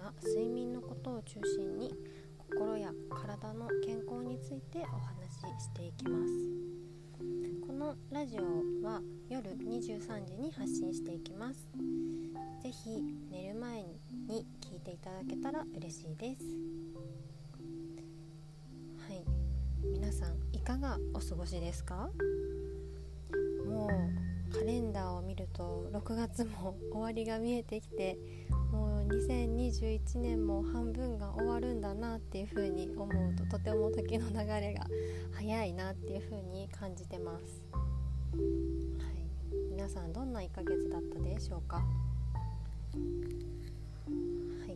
は睡眠のことを中心に心や体の健康についてお話ししていきます。このラジオは夜23時に発信していきます。ぜひ寝る前に聞いていただけたら嬉しいです。はい、皆さんいかがお過ごしですか？もうカレンダーを見ると6月も終わりが見えてきて、もう2021年も半分が終わるんだなっていう風に思うと、とても時の流れが早いなっていう風に感じてます。はい、皆さんどんな1ヶ月だったでしょうか？はい、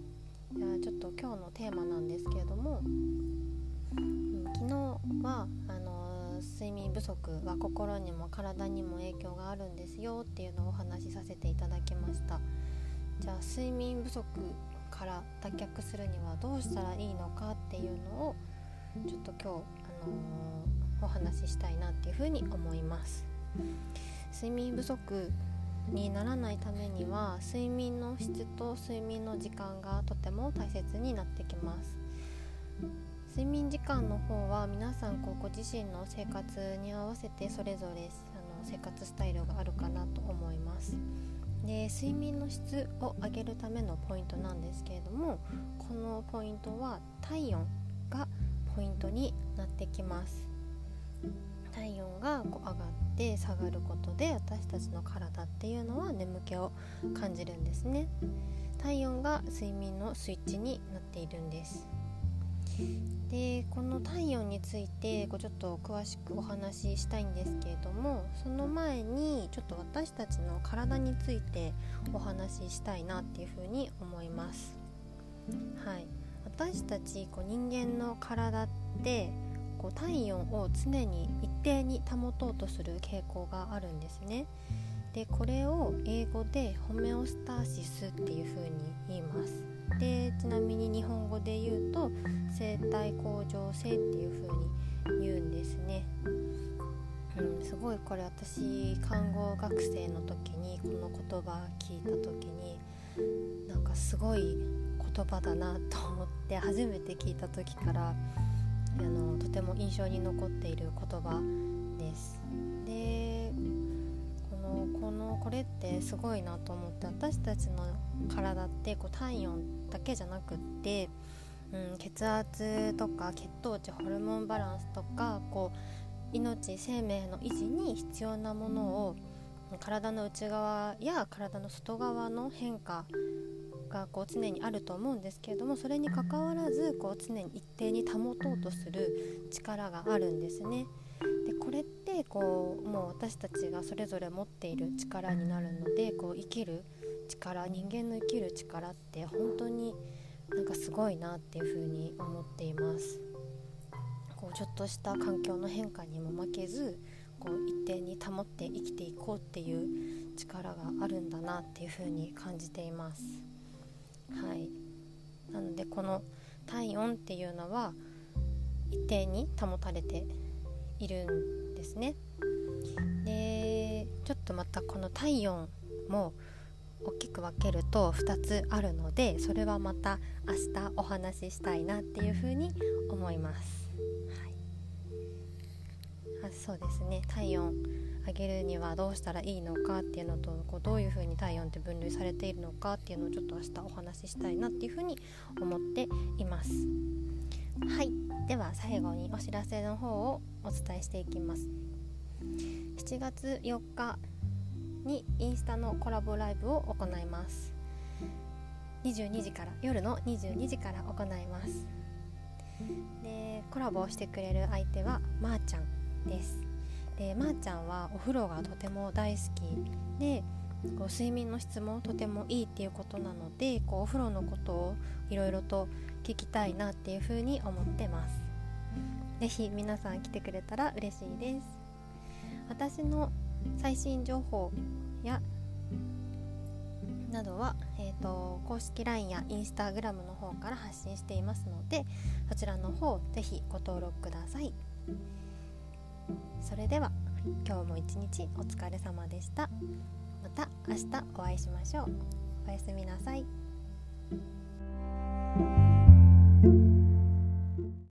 じゃあちょっと今日のテーマなんですけれども、昨日は睡眠不足は心にも体にも影響があるんですよっていうのをお話しさせていただきました。じゃあ睡眠不足から脱却するにはどうしたらいいのかっていうのをちょっと今日、お話ししたいなっていうふうに思います。睡眠不足にならないためには睡眠の質と睡眠の時間がとても大切になってきます。睡眠時間の方は皆さんご自身の生活に合わせてそれぞれ生活スタイルがあるかなと思います。で、睡眠の質を上げるためのポイントなんですけれども、このポイントは体温がポイントになってきます。体温が上がって下がることで私たちの体っていうのは眠気を感じるんですね。体温が睡眠のスイッチになっているんです。で、この体温についてちょっと詳しくお話ししたいんですけれども、その前にちょっと私たちの体についてお話ししたいなっていうふうに思います。はい、私たち人間の体って体温を常に一定に保とうとする傾向があるんですね。で、これを英語でホメオスターシスっていう風に言います。で、ちなみに日本語で言うと生体向上性っていう風に言うんですね。すごいこれ私看護学生の時にこの言葉聞いた時になんかすごい言葉だなと思って、初めて聞いた時からとても印象に残っている言葉です。で、これってすごいなと思って、私たちの体って体温だけじゃなくって、血圧とか血糖値、ホルモンバランスとか命生命の維持に必要なものを体の内側や体の外側の変化が常にあると思うんですけれども、それにかかわらず常に一定に保とうとする力があるんですね。で、これってもう私たちがそれぞれ持っている力になるので、生きる力、人間の生きる力って本当になんかすごいなっていうふうに思っています。ちょっとした環境の変化にも負けず一定に保って生きていこうっていう力があるんだなっていうふうに感じています。はい、なのでこの体温っていうのは一定に保たれているんですね。で、ちょっとまたこの体温も大きく分けると2つあるので、それはまた明日お話ししたいなっていうふうに思います。はい、そうですね、体温上げるにはどうしたらいいのかっていうのと、どういうふうに体温って分類されているのかっていうのをちょっと明日お話ししたいなっていうふうに思っています。はい、では最後にお知らせの方をお伝えしていきます。7月4日にインスタのコラボライブを行います。22時から夜の22時から行います。で、コラボをしてくれる相手はまーちゃんです。で、まーちゃんはお風呂がとても大好きで、睡眠の質もとてもいいっていうことなので、お風呂のことをいろいろと聞きたいなっていうふうに思ってます。ぜひ皆さん来てくれたら嬉しいです。私の最新情報やなどは、公式 LINE や Instagram の方から発信していますので、そちらの方ぜひご登録ください。それでは今日も一日お疲れ様でした。また明日お会いしましょう。おやすみなさい。 す。